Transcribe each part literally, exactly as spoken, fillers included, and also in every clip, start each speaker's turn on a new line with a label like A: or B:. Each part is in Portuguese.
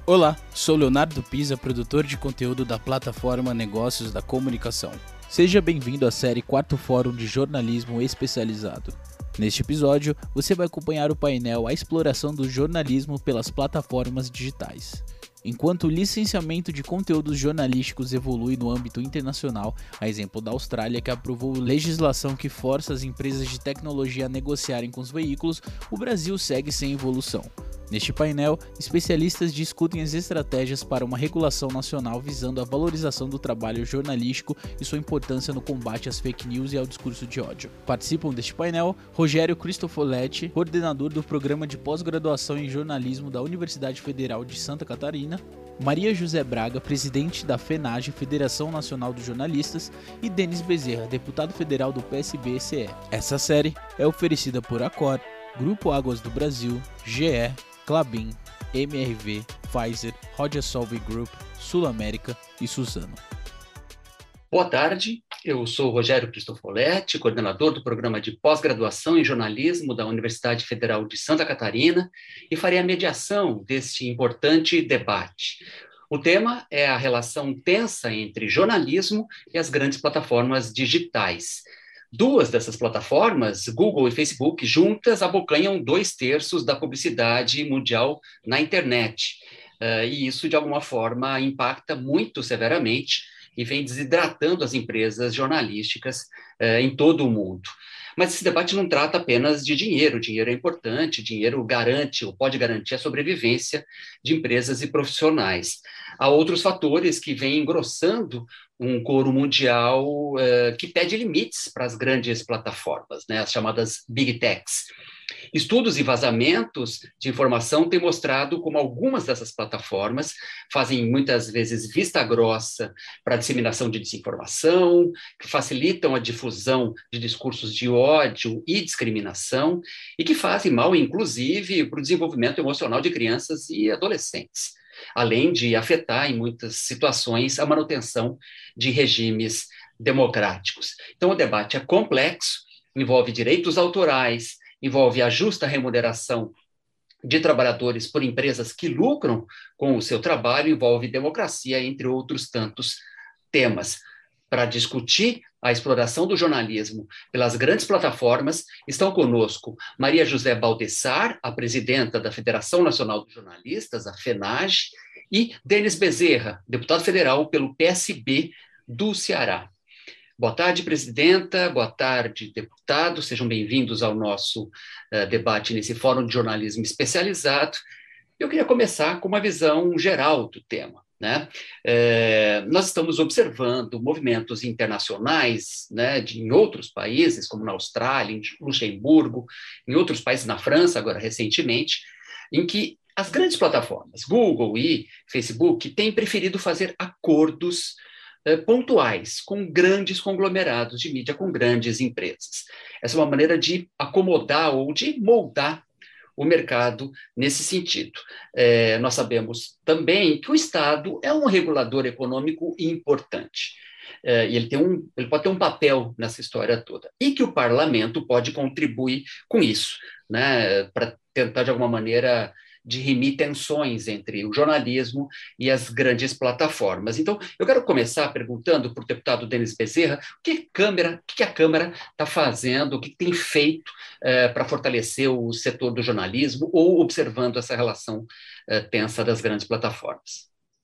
A: Olá, sou Leonardo Pisa, produtor de conteúdo da plataforma Negócios da Comunicação. Seja bem-vindo à série Quarto Fórum de Jornalismo Especializado. Neste episódio, você vai acompanhar o painel A Exploração do Jornalismo pelas Plataformas Digitais. Enquanto o licenciamento de conteúdos jornalísticos evolui no âmbito internacional, a exemplo da Austrália, que aprovou legislação que força as empresas de tecnologia a negociarem com os veículos, o Brasil segue sem evolução. Neste painel, especialistas discutem as estratégias para uma regulação nacional visando a valorização do trabalho jornalístico e sua importância no combate às fake news e ao discurso de ódio. Participam deste painel Rogério Cristofoletti, coordenador do Programa de Pós-Graduação em Jornalismo da Universidade Federal de Santa Catarina, Maria José Braga, presidente da FENAGE, Federação Nacional dos Jornalistas, e Denis Bezerra, deputado federal do P S B C E. Essa série é oferecida por Accor, Grupo Águas do Brasil, G E, Klabin, M R V, Pfizer, Roger Solvay Group, Sul América e Suzano.
B: Boa tarde, eu sou Rogério Cristofoletti, coordenador do Programa de Pós-Graduação em Jornalismo da Universidade Federal de Santa Catarina e farei a mediação deste importante debate. O tema é a relação tensa entre jornalismo e as grandes plataformas digitais. Duas dessas plataformas, Google e Facebook, juntas abocanham dois terços da publicidade mundial na internet. Uh, e isso, de alguma forma, impacta muito severamente e vem desidratando as empresas jornalísticas uh, em todo o mundo. Mas esse debate não trata apenas de dinheiro. Dinheiro é importante, dinheiro garante ou pode garantir a sobrevivência de empresas e profissionais. Há outros fatores que vêm engrossando um coro mundial uh, que pede limites para as grandes plataformas, né, as chamadas Big Techs. Estudos e vazamentos de informação têm mostrado como algumas dessas plataformas fazem muitas vezes vista grossa para a disseminação de desinformação, que facilitam a difusão de discursos de ódio e discriminação e que fazem mal, inclusive, para o desenvolvimento emocional de crianças e adolescentes, além de afetar, em muitas situações, a manutenção de regimes democráticos. Então, o debate é complexo, envolve direitos autorais, envolve a justa remuneração de trabalhadores por empresas que lucram com o seu trabalho, envolve democracia, entre outros tantos temas. Para discutir a exploração do jornalismo pelas grandes plataformas, estão conosco Maria José Baldessar, a presidenta da Federação Nacional dos Jornalistas, a FENAGE, e Denis Bezerra, deputado federal pelo P S B do Ceará. Boa tarde, presidenta. Boa tarde, deputado. Sejam bem-vindos ao nosso uh, debate nesse Fórum de Jornalismo Especializado. Eu queria começar com uma visão geral do tema, né? É, nós estamos observando movimentos internacionais, né, de, em outros países, como na Austrália, em Luxemburgo, em outros países, na França, agora recentemente, em que as grandes plataformas, Google e Facebook, têm preferido fazer acordos pontuais com grandes conglomerados de mídia, com grandes empresas. Essa é uma maneira de acomodar ou de moldar o mercado nesse sentido. É, nós sabemos também que o Estado é um regulador econômico importante. É, e ele, tem um, ele pode ter um papel nessa história toda. E que o parlamento pode contribuir com isso, né, para tentar, de alguma maneira, dirimir tensões entre o jornalismo e as grandes plataformas. Então, eu quero começar perguntando para o deputado Denis Bezerra o que a Câmara, o que a Câmara está fazendo, o que tem feito eh, para fortalecer o setor do jornalismo ou observando essa relação eh, tensa das grandes plataformas.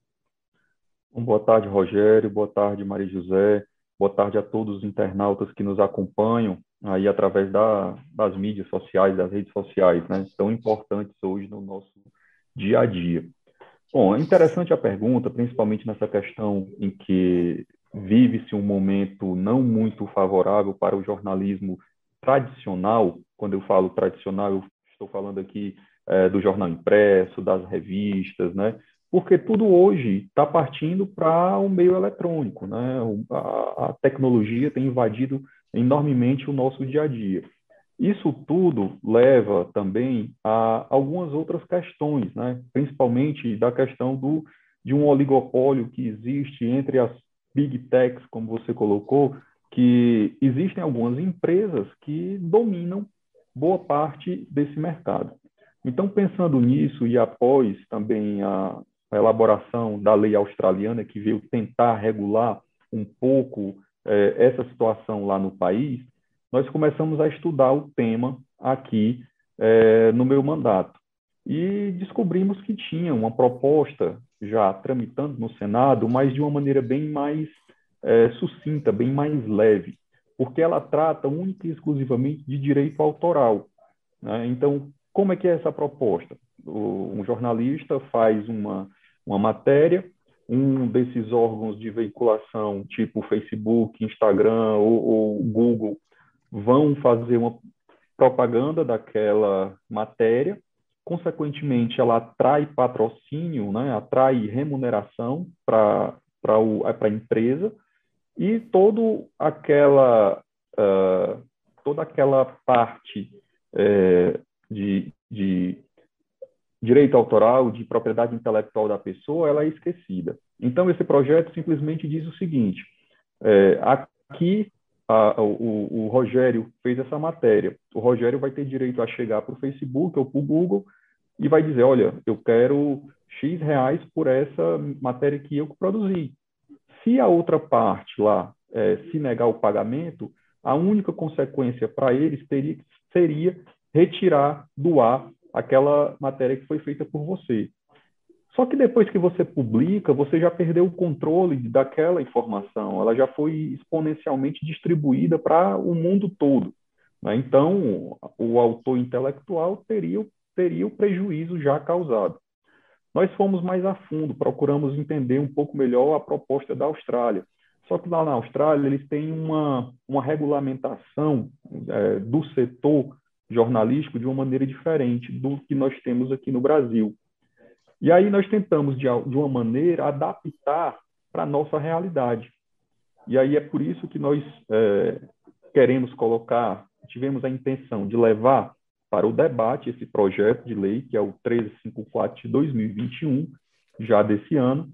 C: Boa tarde, Rogério. Boa tarde, Maria José. Boa tarde a todos os internautas que nos acompanham aí através da, das mídias sociais, das redes sociais, né, tão importantes hoje no nosso dia a dia. Bom, é interessante a pergunta, principalmente nessa questão em que vive-se um momento não muito favorável para o jornalismo tradicional. Quando eu falo tradicional, eu estou falando aqui é, do jornal impresso, das revistas, né, porque tudo hoje está partindo para o meio eletrônico, né? A, a tecnologia tem invadido enormemente o nosso dia a dia. Isso tudo leva também a algumas outras questões, né? Principalmente da questão do, de um oligopólio que existe entre as Big Techs, como você colocou, que existem algumas empresas que dominam boa parte desse mercado. Então, pensando nisso e após também a a elaboração da lei australiana, que veio tentar regular um pouco eh, essa situação lá no país, nós começamos a estudar o tema aqui eh, no meu mandato. E descobrimos que tinha uma proposta já tramitando no Senado, mas de uma maneira bem mais eh, sucinta, bem mais leve, porque ela trata única e exclusivamente de direito autoral, né? Então, como é que é essa proposta? O, um jornalista faz uma, uma matéria, um desses órgãos de veiculação, tipo Facebook, Instagram ou, ou Google, vão fazer uma propaganda daquela matéria, consequentemente, ela atrai patrocínio, né? Atrai remuneração para a empresa, e todo aquela, uh, toda aquela parte é, de, de direito autoral, de propriedade intelectual da pessoa, ela é esquecida. Então, esse projeto simplesmente diz o seguinte, é, aqui a, o, o Rogério fez essa matéria, o Rogério vai ter direito a chegar para o Facebook ou para o Google e vai dizer, olha, eu quero X reais por essa matéria que eu produzi. Se a outra parte lá é, se negar o pagamento, a única consequência para eles teria, seria retirar do ar aquela matéria que foi feita por você. Só que depois que você publica, você já perdeu o controle daquela informação, ela já foi exponencialmente distribuída para o mundo todo, né? Então, o autor intelectual teria, teria o prejuízo já causado. Nós fomos mais a fundo, procuramos entender um pouco melhor a proposta da Austrália. Só que lá na Austrália eles têm uma, uma regulamentação é, do setor jornalístico de uma maneira diferente do que nós temos aqui no Brasil. E aí nós tentamos, de, de uma maneira, adaptar para a nossa realidade. E aí é por isso que nós é, queremos colocar, tivemos a intenção de levar para o debate esse projeto de lei, que é o trezentos e cinquenta e quatro de dois mil e vinte e um, já desse ano,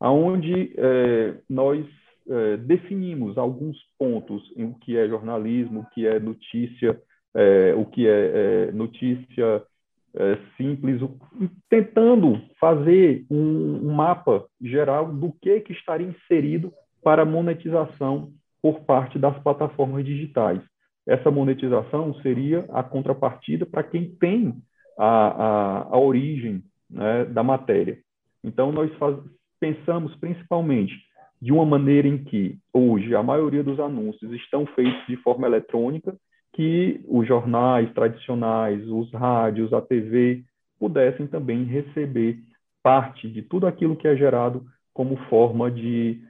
C: onde é, nós é, definimos alguns pontos em o que é jornalismo, o que é notícia, é, o que é, é notícia é, simples, o, tentando fazer um, um mapa geral do que, que estaria inserido para monetização por parte das plataformas digitais. Essa monetização seria a contrapartida para quem tem a, a, a origem, né, da matéria. Então, nós faz, pensamos principalmente de uma maneira em que, hoje, a maioria dos anúncios estão feitos de forma eletrônica, que os jornais tradicionais, os rádios, a T V, pudessem também receber parte de tudo aquilo que é gerado como forma de,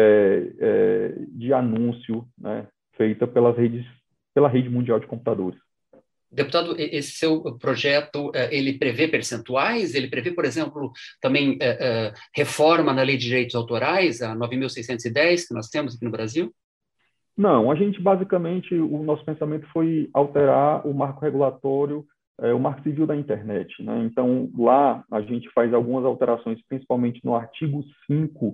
C: é, é, de anúncio, né, feita pelas redes pela rede mundial de computadores.
B: Deputado, esse seu projeto, ele prevê percentuais? Ele prevê, por exemplo, também reforma na Lei de Direitos Autorais, a nove mil seiscentos e dez, que nós temos aqui no Brasil?
C: Não, a gente, basicamente, o nosso pensamento foi alterar o marco regulatório, o marco civil da internet, né? Então, lá, a gente faz algumas alterações, principalmente no artigo cinco,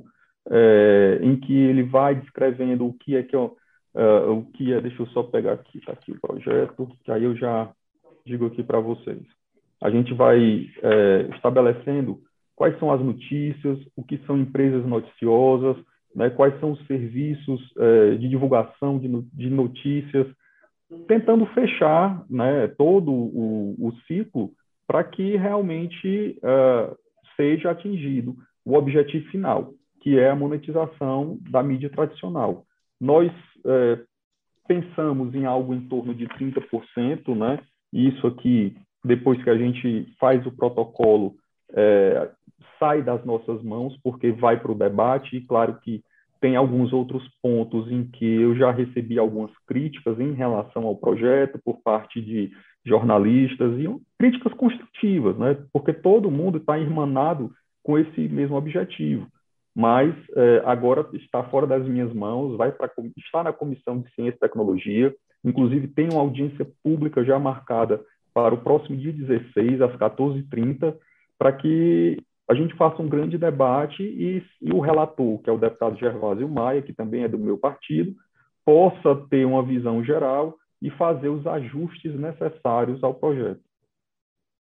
C: é, em que ele vai descrevendo o que é que... Ó, Uh, o que é, deixa eu só pegar aqui, tá aqui o projeto, que aí eu já digo aqui para vocês. A gente vai é, estabelecendo quais são as notícias, o que são empresas noticiosas, né, quais são os serviços é, de divulgação de, de notícias, tentando fechar, né, todo o, o ciclo para que realmente uh, seja atingido o objetivo final, que é a monetização da mídia tradicional. Nós é, pensamos em algo em torno de trinta por cento, né? Isso aqui, depois que a gente faz o protocolo, é, sai das nossas mãos, porque vai para o debate, e claro que tem alguns outros pontos em que eu já recebi algumas críticas em relação ao projeto por parte de jornalistas, e críticas construtivas, né? Porque todo mundo está irmanado com esse mesmo objetivo. Mas eh, agora está fora das minhas mãos, vai para está na Comissão de Ciência e Tecnologia, inclusive tem uma audiência pública já marcada para o próximo dia dezesseis, às quatorze e trinta, para que a gente faça um grande debate e, e o relator, que é o deputado Gervásio Maia, que também é do meu partido, possa ter uma visão geral e fazer os ajustes necessários ao projeto.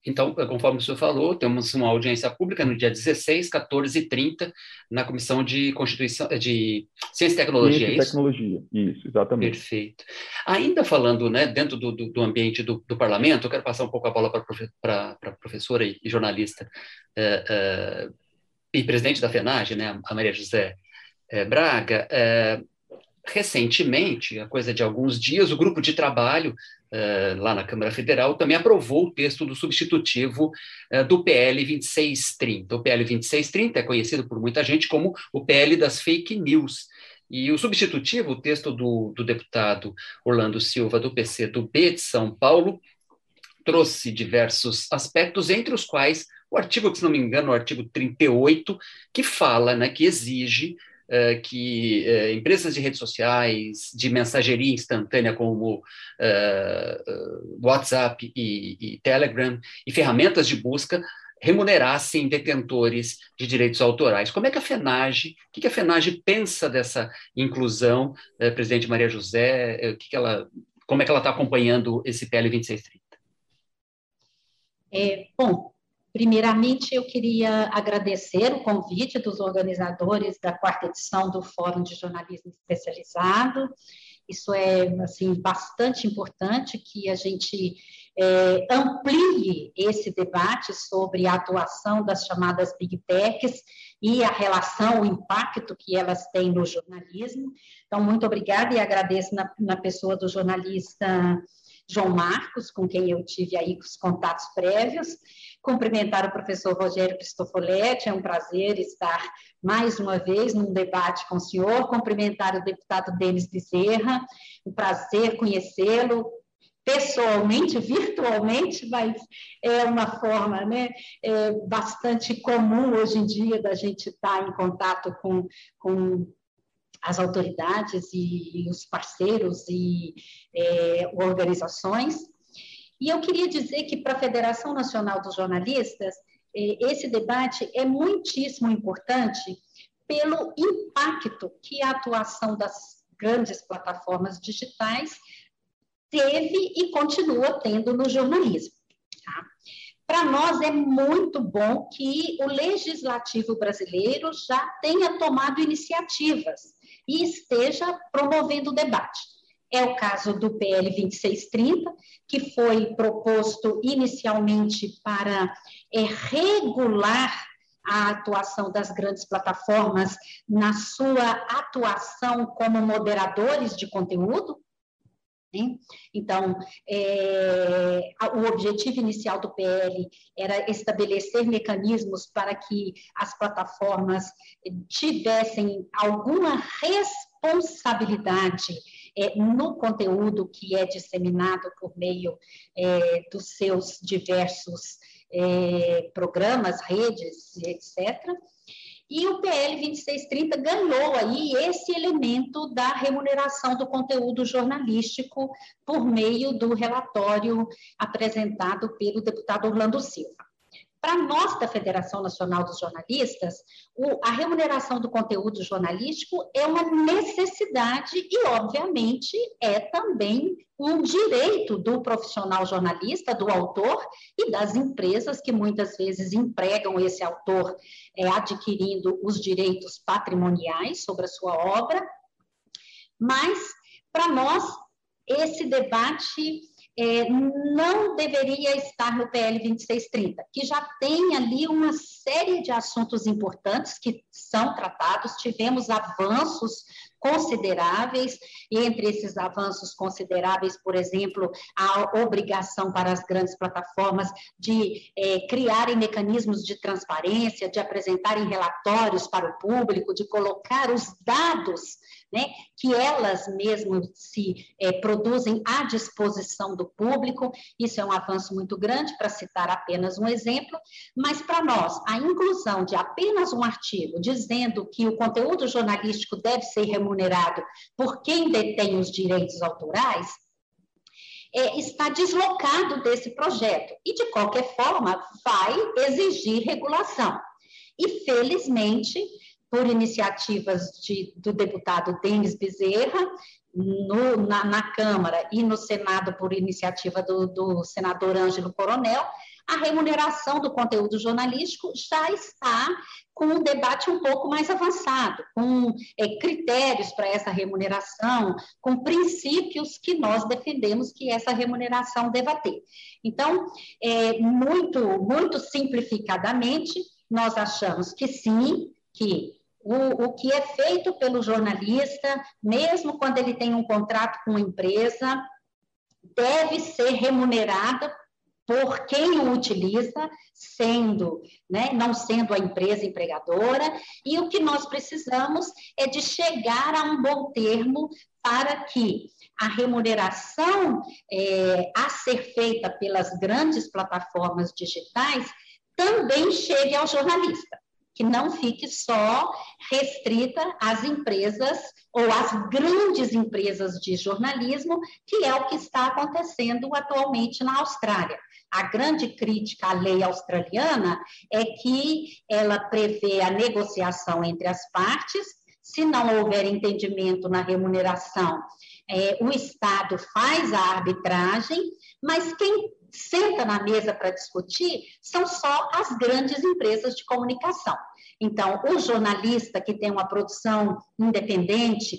B: Então, conforme o senhor falou, temos uma audiência pública no dia dezesseis, quatorze e trinta, na Comissão de Constituição, de Ciência e Tecnologia,
C: Ciência e
B: é isso?
C: Tecnologia, isso, exatamente.
B: Perfeito. Ainda falando, né, dentro do, do, do ambiente do, do parlamento, eu quero passar um pouco a bola para a professora e, e jornalista é, é, e presidente da FENAGE, né, a Maria José é, Braga. É, recentemente, a coisa de alguns dias, o grupo de trabalho uh, lá na Câmara Federal também aprovou o texto do substitutivo uh, do P L vinte e seis trinta. O P L vinte e seis trinta é conhecido por muita gente como o P L das fake news. E o substitutivo, o texto do, do deputado Orlando Silva, do P C do B de São Paulo, trouxe diversos aspectos, entre os quais o artigo, se não me engano, o artigo trinta e oito, que fala, né, que exige Uh, que uh, empresas de redes sociais, de mensageria instantânea como uh, uh, WhatsApp e, e Telegram, e ferramentas de busca, remunerassem detentores de direitos autorais. Como é que a FENAGE, o que, que a FENAGE pensa dessa inclusão, uh, presidente Maria José, uh, que que ela, como é que ela está acompanhando esse P L vinte e seis trinta?
D: É, bom, primeiramente, eu queria agradecer o convite dos organizadores da quarta edição do Fórum de Jornalismo Especializado. Isso é, assim, bastante importante que a gente é, amplie esse debate sobre a atuação das chamadas Big Techs e a relação, o impacto que elas têm no jornalismo. Então, muito obrigada e agradeço na, na pessoa do jornalista João Marcos, com quem eu tive aí os contatos prévios. Cumprimentar o professor Rogério Cristofoletti, é um prazer estar mais uma vez num debate com o senhor. Cumprimentar o deputado Denis Bezerra, um prazer conhecê-lo pessoalmente, virtualmente, mas é uma forma, né, é bastante comum hoje em dia da gente estar em contato com, com as autoridades e, e os parceiros e é, organizações. E eu queria dizer que, para a Federação Nacional dos Jornalistas, esse debate é muitíssimo importante pelo impacto que a atuação das grandes plataformas digitais teve e continua tendo no jornalismo. Tá? Para nós é muito bom que o legislativo brasileiro já tenha tomado iniciativas e esteja promovendo o debate. É o caso do P L vinte e seis trinta, que foi proposto inicialmente para é, regular a atuação das grandes plataformas na sua atuação como moderadores de conteúdo. Né? Então, é, o objetivo inicial do P L era estabelecer mecanismos para que as plataformas tivessem alguma responsabilidade É, no conteúdo que é disseminado por meio é, dos seus diversos é, programas, redes, etcétera. E o P L vinte e seis trinta ganhou aí esse elemento da remuneração do conteúdo jornalístico por meio do relatório apresentado pelo deputado Orlando Silva. Para nós, da Federação Nacional dos Jornalistas, o, a remuneração do conteúdo jornalístico é uma necessidade e, obviamente, é também um direito do profissional jornalista, do autor e das empresas que muitas vezes empregam esse autor é, adquirindo os direitos patrimoniais sobre a sua obra. Mas, para nós, esse debate É, não deveria estar no P L vinte e seis trinta, que já tem ali uma série de assuntos importantes que são tratados, tivemos avanços consideráveis, e entre esses avanços consideráveis, por exemplo, a obrigação para as grandes plataformas de é, criarem mecanismos de transparência, de apresentarem relatórios para o público, de colocar os dados, né, que elas mesmas se é, produzem à disposição do público. Isso é um avanço muito grande, para citar apenas um exemplo, mas para nós, a inclusão de apenas um artigo dizendo que o conteúdo jornalístico deve ser remunerado por quem detém os direitos autorais, é, está deslocado desse projeto e, de qualquer forma, vai exigir regulação. E, felizmente, por iniciativas de, do deputado Denis Bezerra, no, na, na Câmara e no Senado, por iniciativa do, do senador Ângelo Coronel, A remuneração do conteúdo jornalístico já está com um debate um pouco mais avançado, com é, critérios para essa remuneração, com princípios que nós defendemos que essa remuneração deva ter. Então, é, muito, muito simplificadamente, nós achamos que sim, que o, o que é feito pelo jornalista, mesmo quando ele tem um contrato com uma empresa, deve ser remunerado por quem o utiliza, sendo, né, não sendo a empresa empregadora, e o que nós precisamos é de chegar a um bom termo para que a remuneração é, a ser feita pelas grandes plataformas digitais também chegue ao jornalista, que não fique só restrita às empresas ou às grandes empresas de jornalismo, que é o que está acontecendo atualmente na Austrália. A grande crítica à lei australiana é que ela prevê a negociação entre as partes, se não houver entendimento na remuneração, é, o Estado faz a arbitragem, mas quem senta na mesa para discutir são só as grandes empresas de comunicação. Então, o jornalista que tem uma produção independente,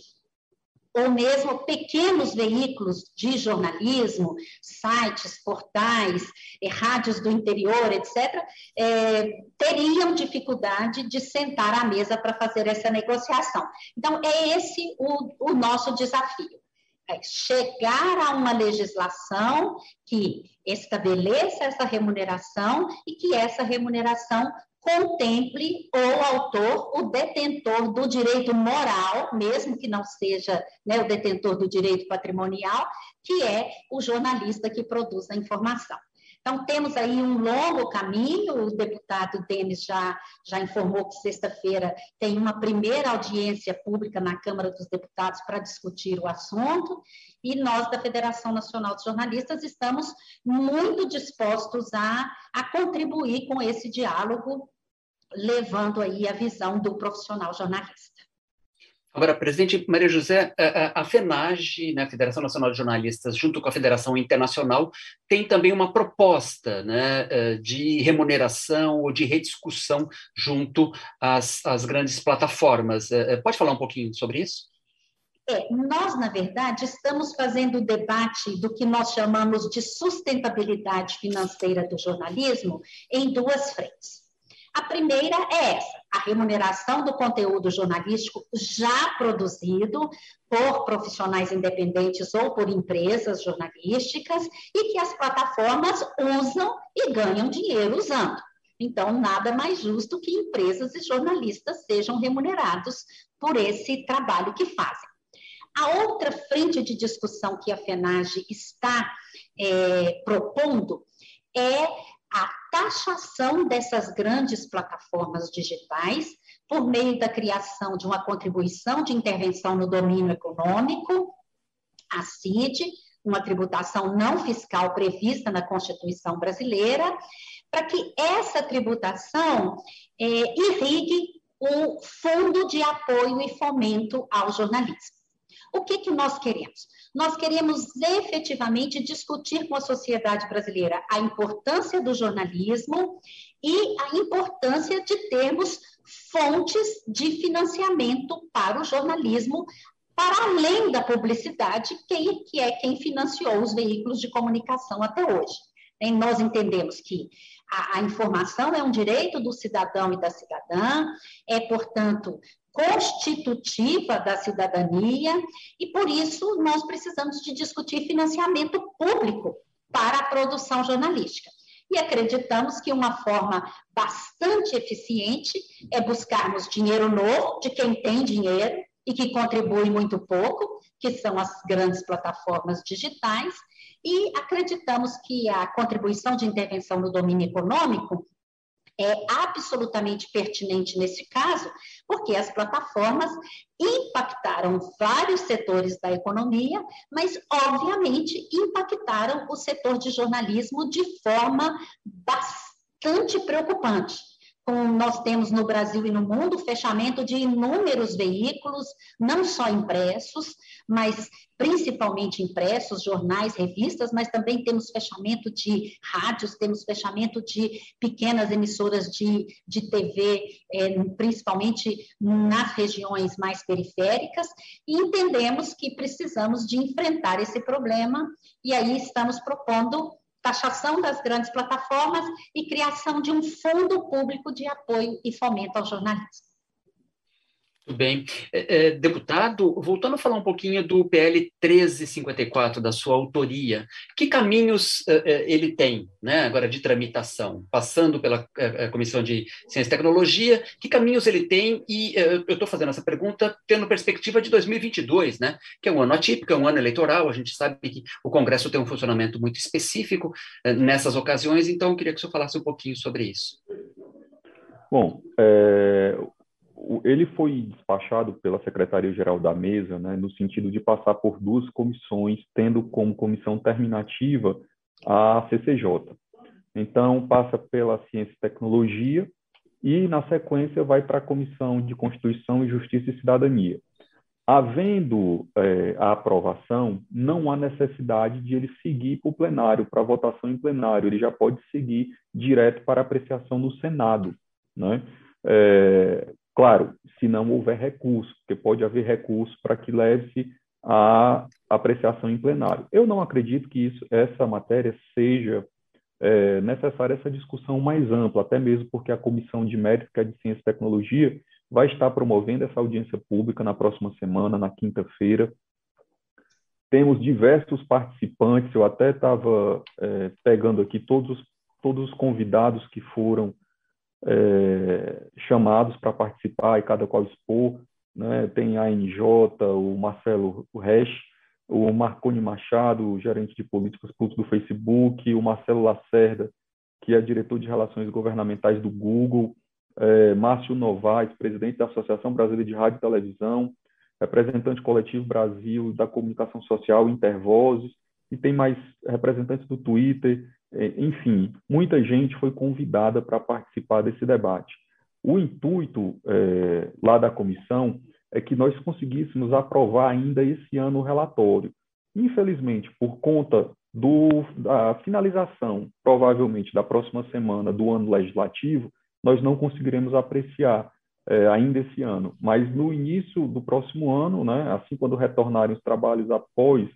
D: ou mesmo pequenos veículos de jornalismo, sites, portais, eh, rádios do interior, etcétera, eh, teriam dificuldade de sentar à mesa para fazer essa negociação. Então, é esse o, o nosso desafio. É chegar a uma legislação que estabeleça essa remuneração e que essa remuneração contemple o autor, o detentor do direito moral, mesmo que não seja, né, o detentor do direito patrimonial, que é o jornalista que produz a informação. Então, temos aí um longo caminho, o deputado Denis já, já informou que sexta-feira tem uma primeira audiência pública na Câmara dos Deputados para discutir o assunto, e nós, da Federação Nacional de Jornalistas, estamos muito dispostos a, a contribuir com esse diálogo, levando aí a visão do profissional jornalista.
B: Agora, presidente Maria José, a FENAGE, né, a Federação Nacional de Jornalistas, junto com a Federação Internacional, tem também uma proposta, né, de remuneração ou de rediscussão junto às, às grandes plataformas. Pode falar um pouquinho sobre isso?
D: É, nós, na verdade, estamos fazendo o debate do que nós chamamos de sustentabilidade financeira do jornalismo em duas frentes. A primeira é essa, a remuneração do conteúdo jornalístico já produzido por profissionais independentes ou por empresas jornalísticas e que as plataformas usam e ganham dinheiro usando. Então, nada mais justo que empresas e jornalistas sejam remunerados por esse trabalho que fazem. A outra frente de discussão que a FENAGE está é, propondo é a taxação dessas grandes plataformas digitais por meio da criação de uma contribuição de intervenção no domínio econômico, a C I D, uma tributação não fiscal prevista na Constituição brasileira, para que essa tributação é, irrigue o Fundo de Apoio e Fomento ao Jornalismo. O que, que nós queremos? Nós queremos efetivamente discutir com a sociedade brasileira a importância do jornalismo e a importância de termos fontes de financiamento para o jornalismo, para além da publicidade, que é quem financiou os veículos de comunicação até hoje. E nós entendemos que a, a informação é um direito do cidadão e da cidadã, é, portanto, constitutiva da cidadania, e por isso nós precisamos de discutir financiamento público para a produção jornalística. E acreditamos que uma forma bastante eficiente é buscarmos dinheiro novo de quem tem dinheiro e que contribui muito pouco, que são as grandes plataformas digitais, e acreditamos que a contribuição de intervenção no domínio econômico é absolutamente pertinente nesse caso, porque as plataformas impactaram vários setores da economia, mas, obviamente, impactaram o setor de jornalismo de forma bastante preocupante, com, nós temos no Brasil e no mundo o fechamento de inúmeros veículos, não só impressos, mas principalmente impressos, jornais, revistas, mas também temos fechamento de rádios, temos fechamento de pequenas emissoras de, de T V, é, principalmente nas regiões mais periféricas, e entendemos que precisamos de enfrentar esse problema, e aí estamos propondo taxação das grandes plataformas e criação de um fundo público de apoio e fomento ao jornalismo.
B: Muito bem. É, é, deputado, voltando a falar um pouquinho do P L treze cinquenta e quatro, da sua autoria, que caminhos é, ele tem, né, agora de tramitação, passando pela é, Comissão de Ciência e Tecnologia, que caminhos ele tem? E é, eu estou fazendo essa pergunta tendo perspectiva de dois mil e vinte e dois, né, que é um ano atípico, é um ano eleitoral, a gente sabe que o Congresso tem um funcionamento muito específico é, nessas ocasiões, então eu queria que o senhor falasse um pouquinho sobre isso.
C: Bom, é... ele foi despachado pela Secretaria-Geral da Mesa, né, no sentido de passar por duas comissões, tendo como comissão terminativa a C C J. Então, passa pela Ciência e Tecnologia e, na sequência, vai para a Comissão de Constituição e Justiça e Cidadania. Havendo é, a aprovação, não há necessidade de ele seguir para o plenário, para a votação em plenário. Ele já pode seguir direto para apreciação no Senado, né? É, Claro, se não houver recurso, porque pode haver recurso para que leve-se à apreciação em plenário. Eu não acredito que isso, essa matéria seja é, necessária essa discussão mais ampla, até mesmo porque a Comissão de Mérito, que é de Ciência e Tecnologia, vai estar promovendo essa audiência pública na próxima semana, na quinta-feira. Temos diversos participantes, eu até estava é, pegando aqui todos, todos os convidados que foram É, chamados para participar e cada qual expor, né? Tem a A N J, o Marcelo Resch, o Marconi Machado, gerente de políticas públicas do Facebook, o Marcelo Lacerda, que é diretor de relações governamentais do Google, é, Márcio Novaes, presidente da Associação Brasileira de Rádio e Televisão, representante coletivo Brasil da Comunicação Social, Intervozes, e tem mais representantes do Twitter. Enfim, muita gente foi convidada para participar desse debate. O intuito é, lá da comissão é que nós conseguíssemos aprovar ainda esse ano o relatório. Infelizmente, por conta do, da finalização, provavelmente, da próxima semana do ano legislativo, nós não conseguiremos apreciar é, ainda esse ano. Mas no início do próximo ano, né, assim quando retornarem os trabalhos após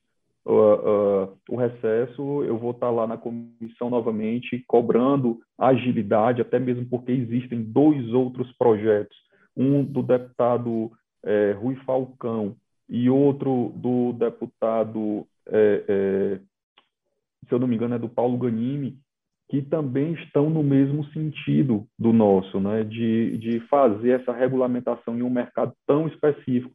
C: Uh, uh, o recesso, eu vou estar lá na comissão novamente, cobrando agilidade, até mesmo porque existem dois outros projetos, um do deputado eh, Rui Falcão e outro do deputado, eh, eh, se eu não me engano, é do Paulo Ganimi, que também estão no mesmo sentido do nosso, né, de, de fazer essa regulamentação em um mercado tão específico.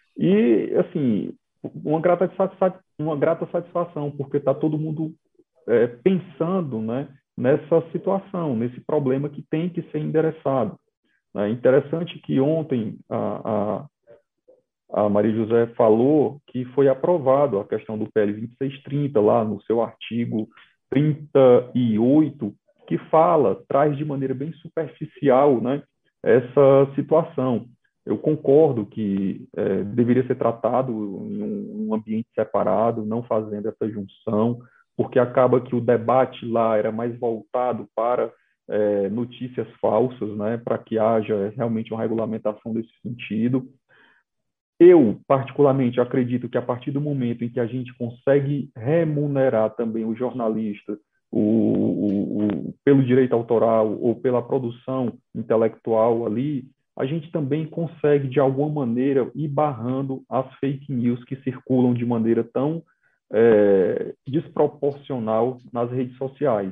C: E, assim, uma grata satisfação, uma grata satisfação, porque está todo mundo é, pensando, né, nessa situação, nesse problema que tem que ser endereçado. É interessante que ontem a, a, a Maria José falou que foi aprovado a questão do P L vinte e seis trinta, lá no seu artigo trinta e oito, que fala, traz de maneira bem superficial, né, essa situação. Eu concordo que é, deveria ser tratado em um, um ambiente separado, não fazendo essa junção, porque acaba que o debate lá era mais voltado para é, notícias falsas, né, para que haja realmente uma regulamentação desse sentido. Eu, particularmente, acredito que a partir do momento em que a gente consegue remunerar também o jornalista o, o, o, pelo direito autoral ou pela produção intelectual ali, a gente também consegue, de alguma maneira, ir barrando as fake news que circulam de maneira tão é, desproporcional nas redes sociais.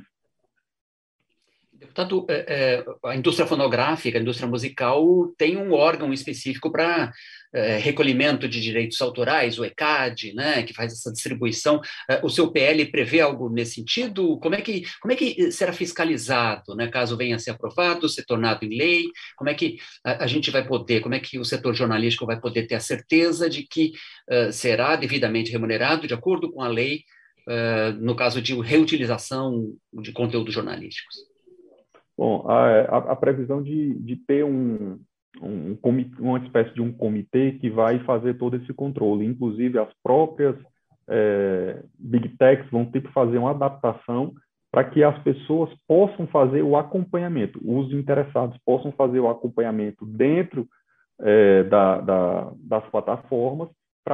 B: Deputado, é, é, a indústria fonográfica, a indústria musical tem um órgão específico para é, recolhimento de direitos autorais, o ECAD, né, que faz essa distribuição. É, o seu P L prevê algo nesse sentido? Como é que, como é que será fiscalizado, né, caso venha a ser aprovado, ser tornado em lei? Como é que a, a gente vai poder, como é que o setor jornalístico vai poder ter a certeza de que uh, será devidamente remunerado de acordo com a lei, uh, no caso de reutilização de conteúdos jornalísticos?
C: Bom, a, a, a previsão de, de ter um, um, uma espécie de um comitê que vai fazer todo esse controle, inclusive as próprias é, Big Techs vão ter que fazer uma adaptação para que as pessoas possam fazer o acompanhamento, os interessados possam fazer o acompanhamento dentro é, da, da, das plataformas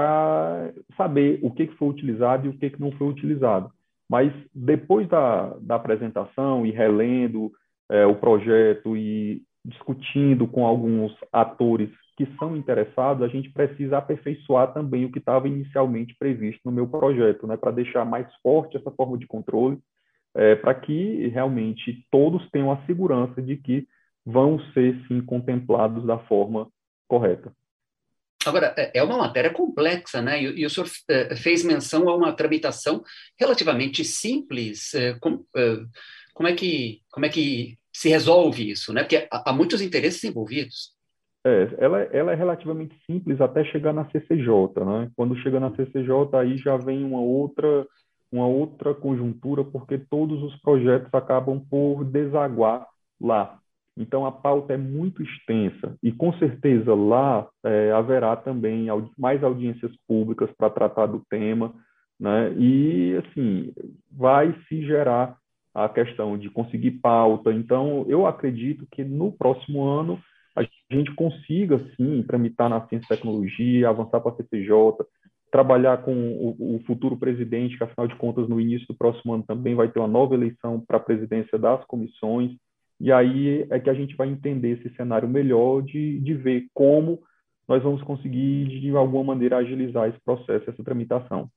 C: para saber o que, que foi utilizado e o que, que não foi utilizado. Mas depois da, da apresentação e relendo é, o projeto e discutindo com alguns atores que são interessados, a gente precisa aperfeiçoar também o que estava inicialmente previsto no meu projeto, né, para deixar mais forte essa forma de controle, é, para que realmente todos tenham a segurança de que vão ser, sim, contemplados da forma correta.
B: Agora, é uma matéria complexa, né? E, e o senhor fez menção a uma tramitação relativamente simples. Como, como, é, que, como é que se resolve isso, né? Porque há, há muitos interesses envolvidos.
C: É, ela, ela é relativamente simples até chegar na C C J, né? Quando chega na C C J, aí já vem uma outra, uma outra conjuntura, porque todos os projetos acabam por desaguar lá. Então, a pauta é muito extensa e, com certeza, lá é, haverá também audi- mais audiências públicas para tratar do tema, né? E, assim, vai se gerar a questão de conseguir pauta. Então, eu acredito que no próximo ano a gente consiga, sim, tramitar na ciência e tecnologia, avançar para a C C J, trabalhar com o, o futuro presidente, que, afinal de contas, no início do próximo ano também vai ter uma nova eleição para a presidência das comissões. E aí é que a gente vai entender esse cenário melhor de, de ver como nós vamos conseguir, de alguma maneira, agilizar esse processo, essa tramitação.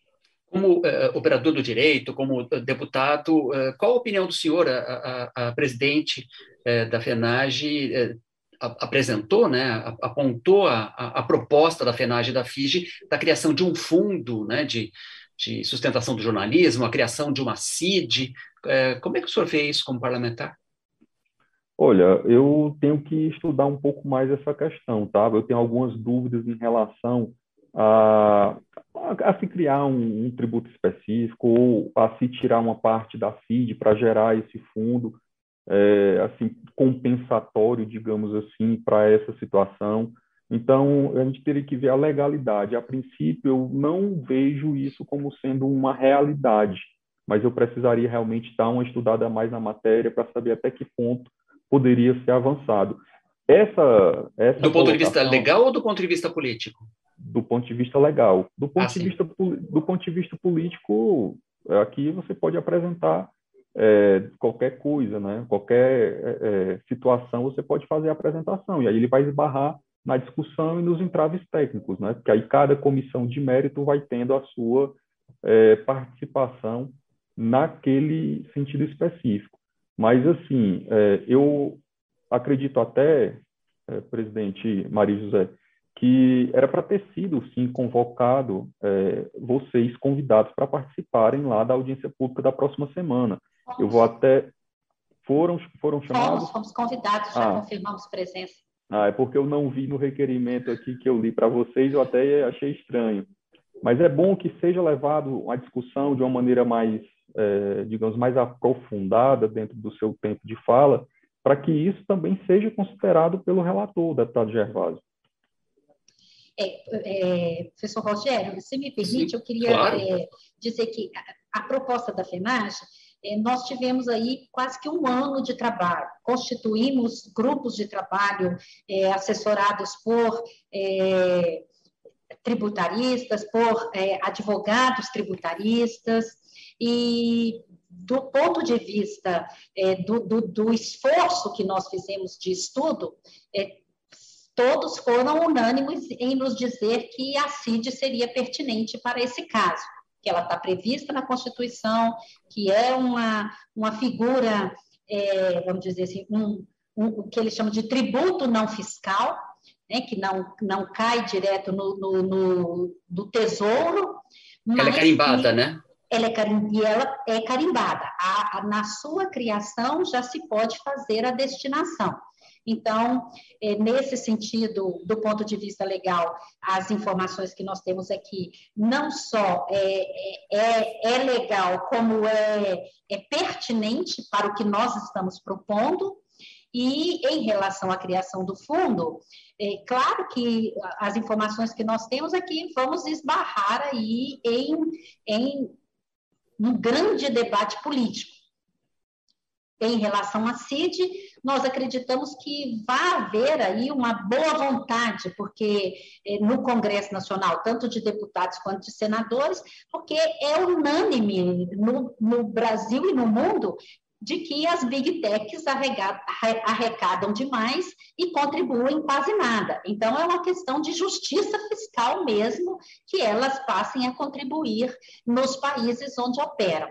B: Como uh, operador do direito, como deputado, uh, qual a opinião do senhor? A, a, a presidente uh, da FENAGE uh, a, apresentou, né, a, apontou a, a, a proposta da FENAGE e da FIGE da criação de um fundo, né, de, de sustentação do jornalismo, a criação de uma C I D. Uh, como é que o senhor vê isso como parlamentar?
C: Olha, eu tenho que estudar um pouco mais essa questão, tá? Eu tenho algumas dúvidas em relação a, a, a se criar um, um tributo específico ou a se tirar uma parte da C I D para gerar esse fundo é, assim, compensatório, digamos assim, para essa situação. Então, a gente teria que ver a legalidade. A princípio, eu não vejo isso como sendo uma realidade, mas eu precisaria realmente dar uma estudada mais na matéria para saber até que ponto poderia ser avançado. Essa, essa
B: do ponto de vista
C: colocação,
B: legal ou do ponto de vista político?
C: Do ponto de vista legal. Do ponto,
B: ah,
C: de, vista, do ponto de vista político, aqui você pode apresentar é, qualquer coisa, né? Qualquer é, situação você pode fazer a apresentação, e aí ele vai esbarrar na discussão e nos entraves técnicos, né? Porque aí cada comissão de mérito vai tendo a sua é, participação naquele sentido específico. Mas, assim, é, eu acredito até, é, presidente Maria José, que era para ter sido, sim, convocado é, vocês convidados para participarem lá da audiência pública da próxima semana. Fomos. Eu vou até... Foram, foram chamados?
D: Fomos, fomos convidados, já ah. confirmamos presença.
C: Ah, é porque eu não vi no requerimento aqui que eu li para vocês, eu até achei estranho. Mas é bom que seja levado a discussão de uma maneira mais, é, digamos, mais aprofundada dentro do seu tempo de fala, para que isso também seja considerado pelo relator, o deputado Gervásio.
D: É, é, professor Rogério, se me permite,
B: Sim,
D: eu queria
B: claro.
D: é, dizer que a, a proposta da FENAGE, é, nós tivemos aí quase que um ano de trabalho, constituímos grupos de trabalho é, assessorados por é, tributaristas, por é, advogados tributaristas, e do ponto de vista é, do, do, do esforço que nós fizemos de estudo, é, todos foram unânimes em nos dizer que a C I D seria pertinente para esse caso, que ela está prevista na Constituição, que é uma, uma figura, é, vamos dizer assim, um, um, o que eles chamam de tributo não fiscal, né, que não, não cai direto no, no, no, no tesouro.
B: Ela é carimbada,
D: que,
B: né?
D: Ela é, e ela é carimbada. A, a, na sua criação já se pode fazer a destinação. Então, é, nesse sentido, do ponto de vista legal, as informações que nós temos aqui não só é, é, é legal, como é, é pertinente para o que nós estamos propondo. E em relação à criação do fundo, é claro que as informações que nós temos aqui vamos esbarrar aí em, em um grande debate político. Em relação à C I D, nós acreditamos que vai haver aí uma boa vontade, porque no Congresso Nacional, tanto de deputados quanto de senadores, porque é unânime no, no Brasil e no mundo de que as Big Techs arrecadam demais e contribuem quase nada. Então, é uma questão de justiça fiscal mesmo, que elas passem a contribuir nos países onde operam.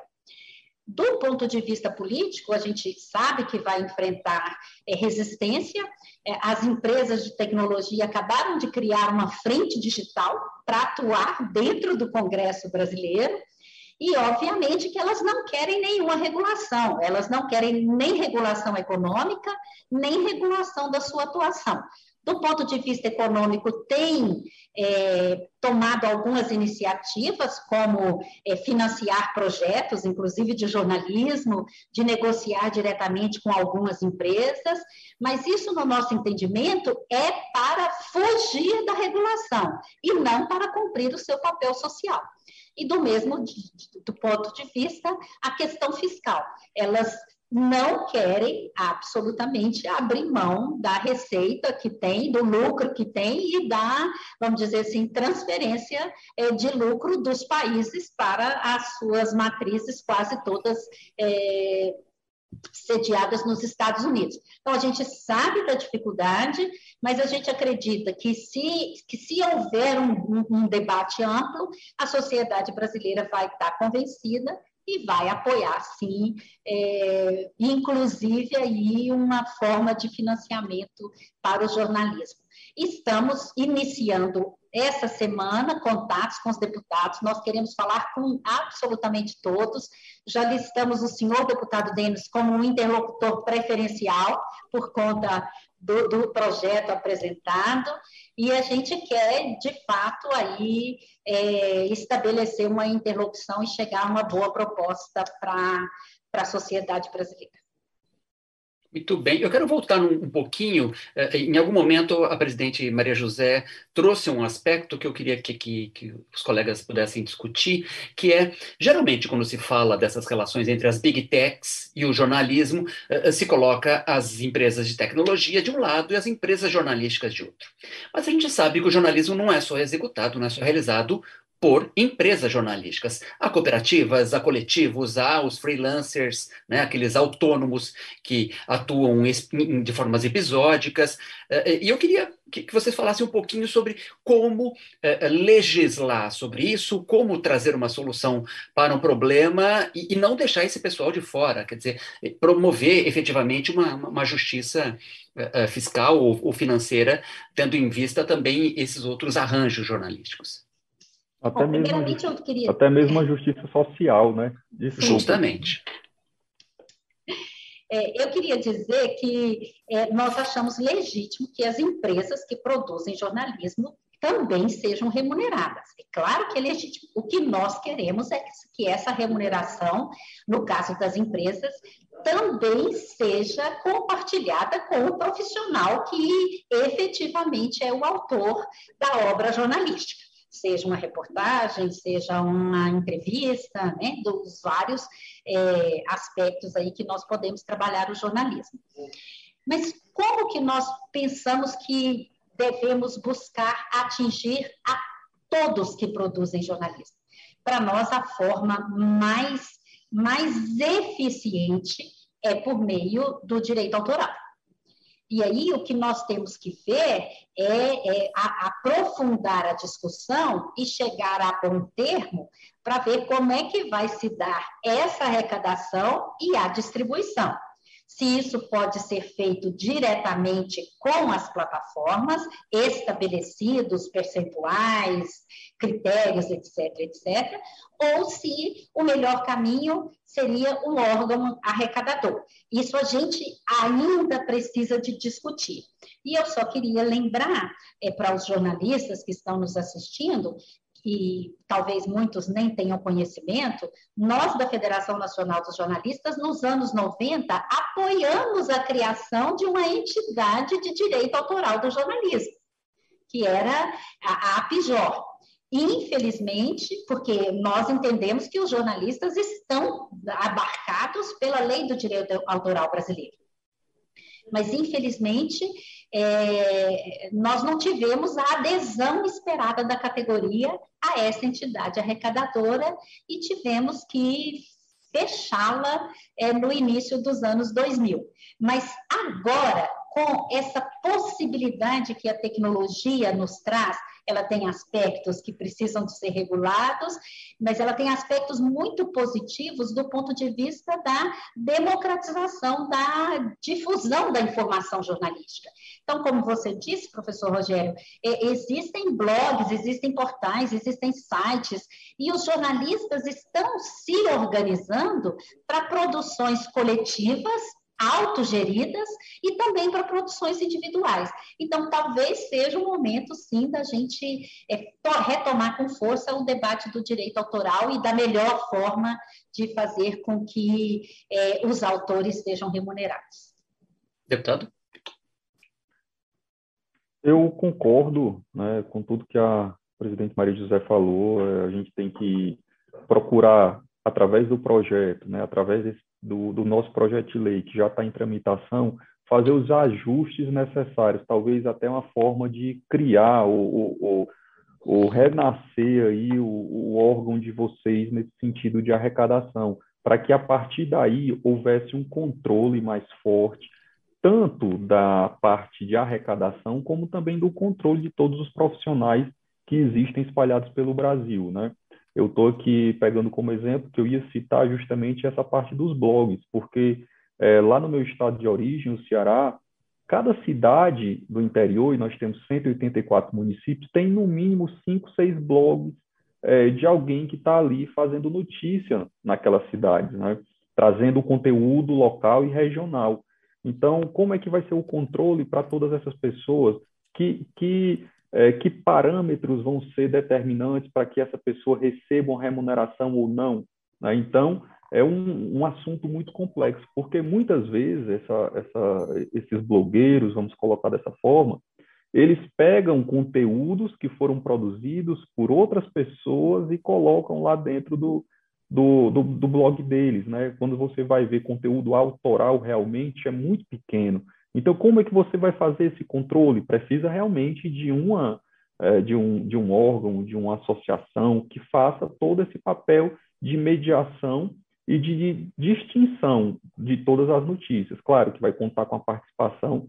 D: Do ponto de vista político, a gente sabe que vai enfrentar é, resistência. É, as empresas de tecnologia acabaram de criar uma frente digital para atuar dentro do Congresso brasileiro. E, obviamente, que elas não querem nenhuma regulação, elas não querem nem regulação econômica, nem regulação da sua atuação. Do ponto de vista econômico, tem é, tomado algumas iniciativas, como é, financiar projetos, inclusive de jornalismo, de negociar diretamente com algumas empresas, mas isso, no nosso entendimento, é para fugir da regulação e não para cumprir o seu papel social. E do mesmo do ponto de vista, a questão fiscal. Elas não querem absolutamente abrir mão da receita que tem, do lucro que tem e da, vamos dizer assim, transferência de lucro dos países para as suas matrizes, quase todas é, sediadas nos Estados Unidos. Então, a gente sabe da dificuldade, mas a gente acredita que se, que se houver um, um, um debate amplo, a sociedade brasileira vai estar convencida e vai apoiar, sim, é, inclusive aí uma forma de financiamento para o jornalismo. Estamos iniciando essa semana contatos com os deputados, nós queremos falar com absolutamente todos, já listamos o senhor deputado Denis como um interlocutor preferencial por conta do, do projeto apresentado, e a gente quer, de fato, aí é, estabelecer uma interlocução e chegar a uma boa proposta para a sociedade brasileira.
B: Muito bem. Eu quero voltar um, um pouquinho. Em algum momento, a presidente Maria José trouxe um aspecto que eu queria que, que, que os colegas pudessem discutir, que é, geralmente, quando se fala dessas relações entre as Big Techs e o jornalismo, se coloca as empresas de tecnologia de um lado e as empresas jornalísticas de outro. Mas a gente sabe que o jornalismo não é só executado, não é só realizado por empresas jornalísticas. Há cooperativas, há coletivos, há os freelancers, né, aqueles autônomos que atuam de formas episódicas. E eu queria que vocês falassem um pouquinho sobre como legislar sobre isso, como trazer uma solução para um problema e não deixar esse pessoal de fora, quer dizer, promover efetivamente uma, uma justiça fiscal ou financeira, tendo em vista também esses outros arranjos jornalísticos.
C: Até,
D: Bom,
C: mesmo,
D: primeiramente eu queria...
C: até mesmo a justiça social, né? Isso
B: Justamente.
D: É, eu queria dizer que é, nós achamos legítimo que as empresas que produzem jornalismo também sejam remuneradas. É claro que é legítimo. O que nós queremos é que essa remuneração, no caso das empresas, também seja compartilhada com o profissional que efetivamente é o autor da obra jornalística. Seja uma reportagem, seja uma entrevista, né, dos vários é, aspectos aí que nós podemos trabalhar o jornalismo. Mas como que nós pensamos que devemos buscar atingir a todos que produzem jornalismo? Para nós, a forma mais, mais eficiente é por meio do direito autoral. E aí, o que nós temos que ver é, é a, aprofundar a discussão e chegar a bom termo para ver como é que vai se dar essa arrecadação e a distribuição. se isso pode ser feito diretamente com as plataformas, estabelecidos percentuais, critérios, etc, etcétera, ou se o melhor caminho seria um órgão arrecadador. Isso a gente ainda precisa de discutir. E eu só queria lembrar é, para os jornalistas que estão nos assistindo, e talvez muitos nem tenham conhecimento, nós da Federação Nacional dos Jornalistas, nos anos noventa, apoiamos a criação de uma entidade de direito autoral do jornalismo, que era a APJOR. Infelizmente, porque nós entendemos que os jornalistas estão abarcados pela lei do direito autoral brasileiro. Mas, infelizmente, é, nós não tivemos a adesão esperada da categoria a essa entidade arrecadadora e tivemos que fechá-la é, no início dos anos dois mil. Mas agora, com essa possibilidade que a tecnologia nos traz, ela tem aspectos que precisam de ser regulados, mas ela tem aspectos muito positivos do ponto de vista da democratização, da difusão da informação jornalística. Então, como você disse, professor Rogério, existem blogs, existem portais, existem sites, e os jornalistas estão se organizando para produções coletivas, autogeridas e também para produções individuais. Então, talvez seja um momento, sim, da gente é, retomar com força o debate do direito autoral e da melhor forma de fazer com que é, os autores sejam remunerados.
B: Deputado?
C: Eu concordo, né, com tudo que a presidente Maria José falou. A gente tem que procurar, através do projeto, né, através desse Do, do nosso projeto de lei, que já está em tramitação, fazer os ajustes necessários, talvez até uma forma de criar ou, ou, ou renascer aí o, o órgão de vocês nesse sentido de arrecadação, para que a partir daí houvesse um controle mais forte, tanto da parte de arrecadação, como também do controle de todos os profissionais que existem espalhados pelo Brasil, né? Eu estou aqui pegando como exemplo que eu ia citar justamente essa parte dos blogs, porque é, lá no meu estado de origem, o Ceará, cada cidade do interior, e nós temos cento e oitenta e quatro municípios, tem no mínimo cinco, seis blogs é, de alguém que está ali fazendo notícia naquelas cidades, né? Trazendo conteúdo local e regional. Então, como é que vai ser o controle para todas essas pessoas? Que... que É, que parâmetros vão ser determinantes para que essa pessoa receba uma remuneração ou não, né? Então, é um, um assunto muito complexo, porque muitas vezes essa, essa, esses blogueiros, vamos colocar dessa forma, eles pegam conteúdos que foram produzidos por outras pessoas e colocam lá dentro do, do, do, do blog deles, né? Quando você vai ver conteúdo autoral, realmente é muito pequeno. Então, como é que você vai fazer esse controle? Precisa realmente de, uma, de, um, de um órgão, de uma associação que faça todo esse papel de mediação e de distinção de todas as notícias. Claro que vai contar com a participação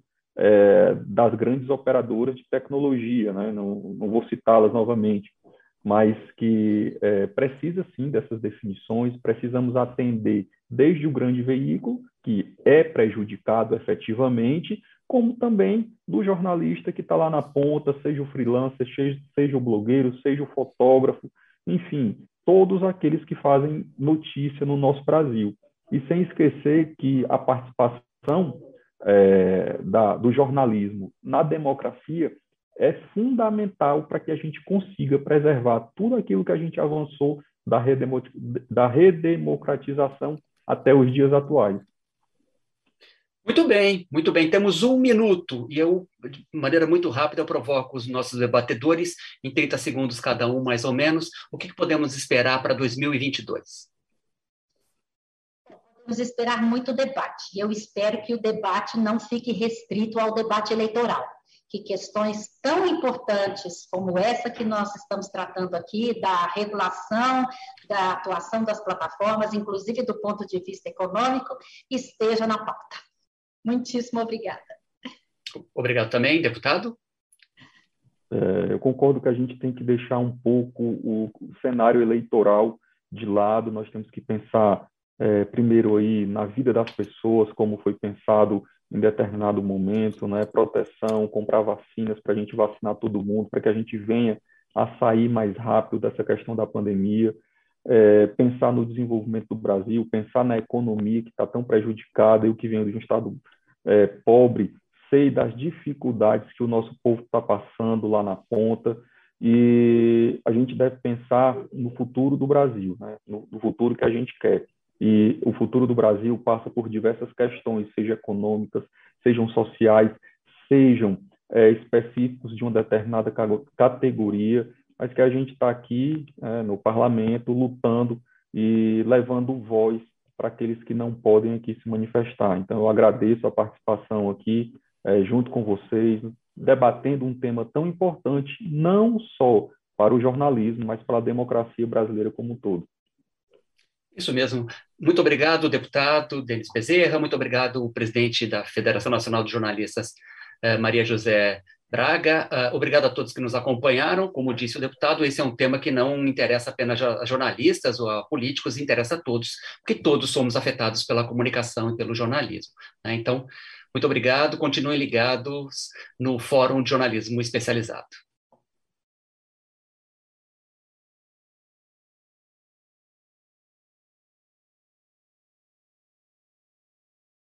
C: é, das grandes operadoras de tecnologia, né? Não, não vou citá-las novamente, mas que é, precisa sim dessas definições, precisamos atender desde o grande veículo, que é prejudicado efetivamente, como também do jornalista que está lá na ponta, seja o freelancer, seja, seja o blogueiro, seja o fotógrafo, enfim, todos aqueles que fazem notícia no nosso Brasil. E sem esquecer que a participação é, da, do jornalismo na democracia é fundamental para que a gente consiga preservar tudo aquilo que a gente avançou da, redemo, da redemocratização até os dias atuais.
B: Muito bem, muito bem. Temos um minuto e eu, de maneira muito rápida, eu provoco os nossos debatedores, em trinta segundos cada um, mais ou menos, o que podemos esperar para dois mil e vinte e dois?
D: Podemos esperar muito debate. E eu espero que o debate não fique restrito ao debate eleitoral, que questões tão importantes como essa que nós estamos tratando aqui, da regulação, da atuação das plataformas, inclusive do ponto de vista econômico, esteja na pauta. Muitíssimo obrigada.
B: Obrigado também, deputado.
C: É, eu concordo que a gente tem que deixar um pouco o, o cenário eleitoral de lado, nós temos que pensar é, primeiro aí na vida das pessoas, como foi pensado em determinado momento, né? Proteção, comprar vacinas para a gente vacinar todo mundo, para que a gente venha a sair mais rápido dessa questão da pandemia, é, pensar no desenvolvimento do Brasil, pensar na economia que está tão prejudicada, eu que venho de um estado é, pobre, sei das dificuldades que o nosso povo está passando lá na ponta, e a gente deve pensar no futuro do Brasil, né? no, no futuro que a gente quer. E o futuro do Brasil passa por diversas questões, sejam econômicas, sejam sociais, sejam é, específicos de uma determinada categoria, mas que a gente está aqui é, no parlamento lutando e levando voz para aqueles que não podem aqui se manifestar. Então, eu agradeço a participação aqui, é, junto com vocês, debatendo um tema tão importante, não só para o jornalismo, mas para a democracia brasileira como um todo.
B: Isso mesmo. Muito obrigado, deputado Denis Bezerra, muito obrigado, presidente da Federação Nacional de Jornalistas, eh, Maria José Braga. Uh, obrigado a todos que nos acompanharam. Como disse o deputado, esse é um tema que não interessa apenas a jornalistas ou a políticos, interessa a todos, porque todos somos afetados pela comunicação e pelo jornalismo, né? Então, muito obrigado, continuem ligados no Fórum de Jornalismo Especializado.